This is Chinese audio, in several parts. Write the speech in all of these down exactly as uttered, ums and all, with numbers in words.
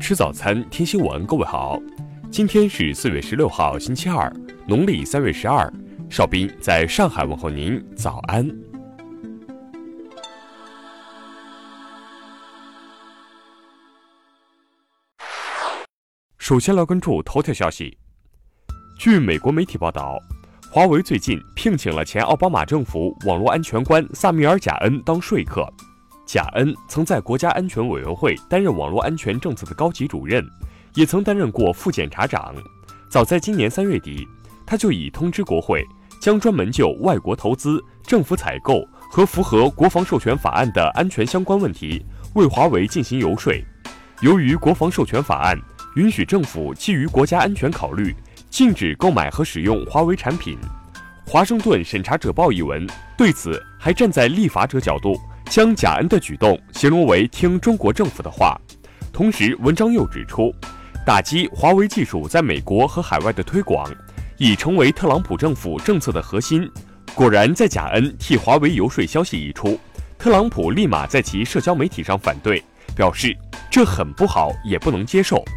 吃早餐，听新闻。各位好，今天是四月十六号，星期二，农历三月十二。邵斌在上海问候您，早安。首先来关注头条消息。据美国媒体报道，华为最近聘请了前奥巴马政府网络安全官萨米尔·贾恩当说客。贾恩曾在国家安全委员会担任网络安全政策的高级主任，也曾担任过副检察长。早在今年三月底，他就已通知国会，将专门就外国投资、政府采购和符合国防授权法案的安全相关问题为华为进行游说。由于国防授权法案允许政府基于国家安全考虑，禁止购买和使用华为产品，华盛顿审查者报一文对此还站在立法者角度，将贾恩的举动形容为听中国政府的话。同时，文章又指出，打击华为技术在美国和海外的推广已成为特朗普政府政策的核心。果然，在贾恩替华为游说消息一出，特朗普立马在其社交媒体上反对，表示这很不好，也不能接受。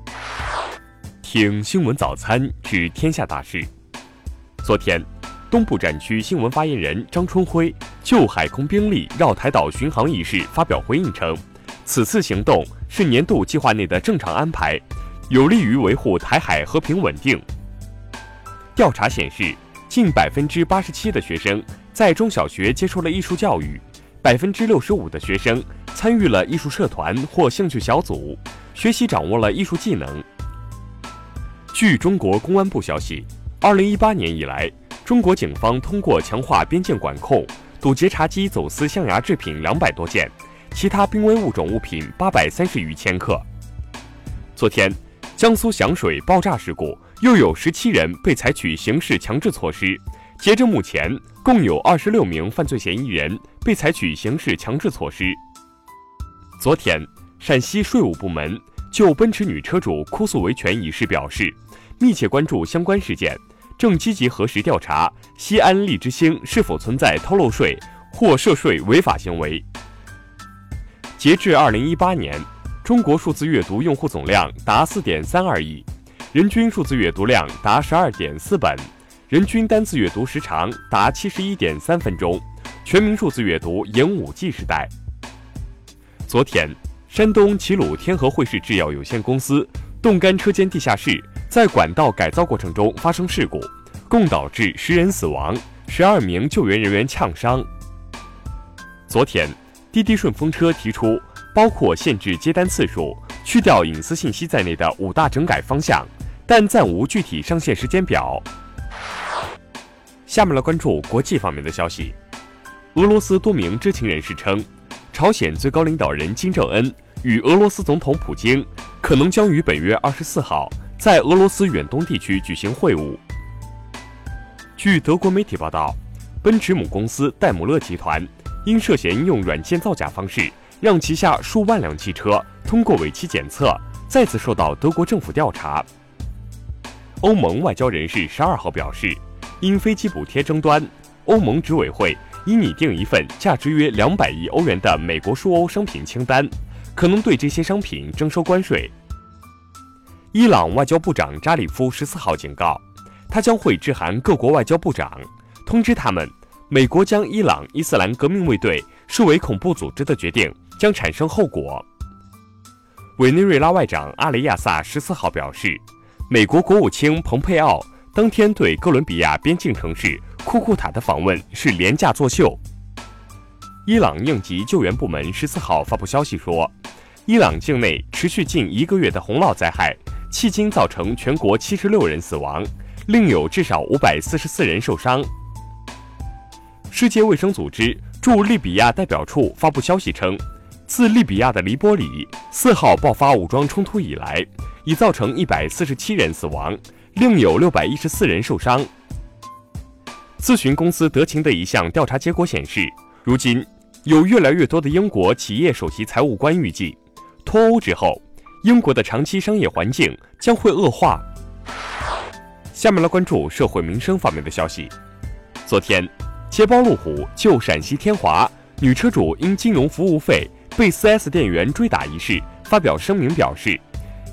听新闻早餐知天下大事。昨天，东部战区新闻发言人张春辉就海空兵力绕台岛巡航一事发表回应称，此次行动是年度计划内的正常安排，有利于维护台海和平稳定。调查显示，近百分之八十七的学生在中小学接受了艺术教育，百分之六十五的学生参与了艺术社团或兴趣小组，学习掌握了艺术技能。据中国公安部消息，二零一八年以来，中国警方通过强化边境管控，堵截查缉走私象牙制品两百多件，其他濒危物种物品八百三十余千克。昨天，江苏响水爆炸事故又有十七人被采取刑事强制措施，截至目前，共有二十六名犯罪嫌疑人被采取刑事强制措施。昨天，陕西税务部门就奔驰女车主哭诉维权一事表示，密切关注相关事件，正积极核实调查西安利之星是否存在偷漏税或涉税违法行为。截至二零一八年，中国数字阅读用户总量达 四点三二亿，人均数字阅读量达 十二点四本，人均单字阅读时长达 七十一点三分钟，全民数字阅读迎 五 G 时代。昨天，山东齐鲁天河汇市制药有限公司冻干车间地下室在管道改造过程中发生事故，共导致十人死亡，十二名救援人员呛伤。昨天，滴滴顺风车提出包括限制接单次数、去掉隐私信息在内的五大整改方向，但暂无具体上线时间表。下面来关注国际方面的消息。俄罗斯多名知情人士称，朝鲜最高领导人金正恩与俄罗斯总统普京可能将于本月二十四号在俄罗斯远东地区举行会晤。据德国媒体报道，奔驰母公司戴姆勒集团因涉嫌用软件造假方式让旗下数万辆汽车通过尾期检测，再次受到德国政府调查。欧盟外交人士十二号表示，因飞机补贴争端，欧盟执委会已拟定一份价值约两百亿欧元的美国输欧商品清单，可能对这些商品征收关税。伊朗外交部长扎里夫十四号警告，他将会致函各国外交部长，通知他们，美国将伊朗伊斯兰革命卫队视为恐怖组织的决定将产生后果。委内瑞拉外长阿雷亚萨十四号表示，美国国务卿蓬佩奥当天对哥伦比亚边境城市库库塔的访问是廉价作秀。伊朗应急救援部门十四号发布消息说，伊朗境内持续近一个月的洪涝灾害，迄今造成全国七十六人死亡，另有至少五百四十四人受伤。世界卫生组织驻利比亚代表处发布消息称，自利比亚的黎波里四号爆发武装冲突以来，已造成一百四十七人死亡，另有六百一十四人受伤。咨询公司德勤的一项调查结果显示，如今有越来越多的英国企业首席财务官预计，脱欧之后，英国的长期商业环境将会恶化。下面来关注社会民生方面的消息。昨天，捷豹路虎就陕西天华女车主因金融服务费被 四 S 店员追打一事发表声明表示，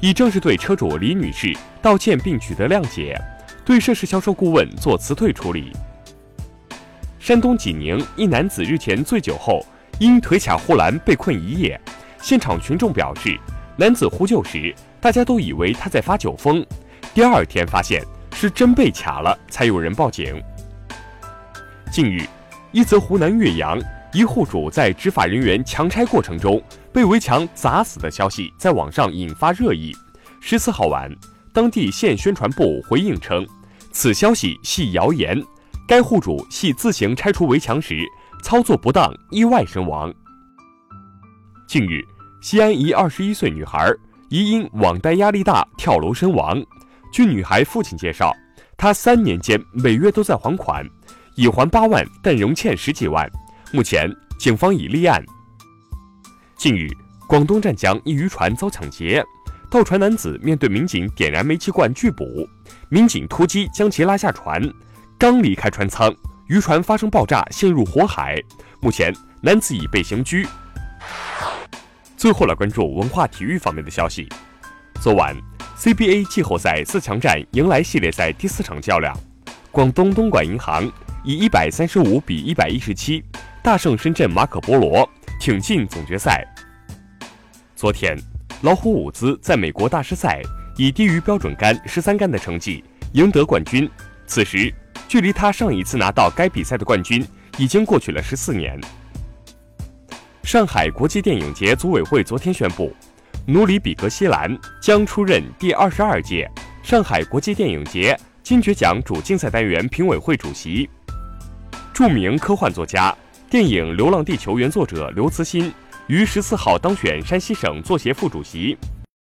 已正式对车主李女士道歉并取得谅解，对涉事销售顾问做辞退处理。山东济宁一男子日前醉酒后因腿卡护栏被困一夜，现场群众表示，男子呼救时，大家都以为他在发酒疯，第二天发现是真被卡了，才有人报警。近日，一则湖南岳阳一户主在执法人员强拆过程中被围墙砸死的消息在网上引发热议。十四号晚，当地县宣传部回应称，此消息系谣言，该户主系自行拆除围墙时操作不当，意外身亡。近日，西安一二十一岁女孩疑因网贷压力大跳楼身亡。据女孩父亲介绍，她三年间每月都在还款，已还八万，但仍欠十几万。目前，警方已立案。近日，广东湛江一渔船遭抢劫，盗船男子面对民警点燃煤气罐拒捕，民警突击将其拉下船，刚离开船舱，渔船发生爆炸，陷入火海。目前，男子已被刑拘。最后来关注文化体育方面的消息。昨晚 C B A 季后赛四强战迎来系列赛第四场较量，广东东莞银行以一百三十五比一百一十七大胜深圳马可波罗，挺进总决赛。昨天，老虎伍兹在美国大师赛以低于标准杆十三杆的成绩赢得冠军，此时距离他上一次拿到该比赛的冠军已经过去了十四年。上海国际电影节组委会昨天宣布，努里比格希兰将出任第二十二届上海国际电影节金爵奖主竞赛单元评委会主席。著名科幻作家、电影《流浪地球》原作者刘慈欣于十四号当选山西省作协副主席。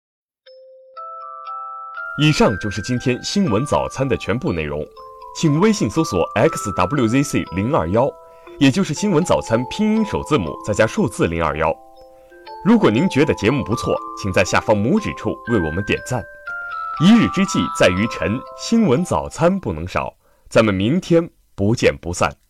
以上就是今天新闻早餐的全部内容，请微信搜索 X W Z C 零二一，也就是新闻早餐拼音首字母再加数字零二一。如果您觉得节目不错，请在下方拇指处为我们点赞。一日之计在于晨，新闻早餐不能少，咱们明天不见不散。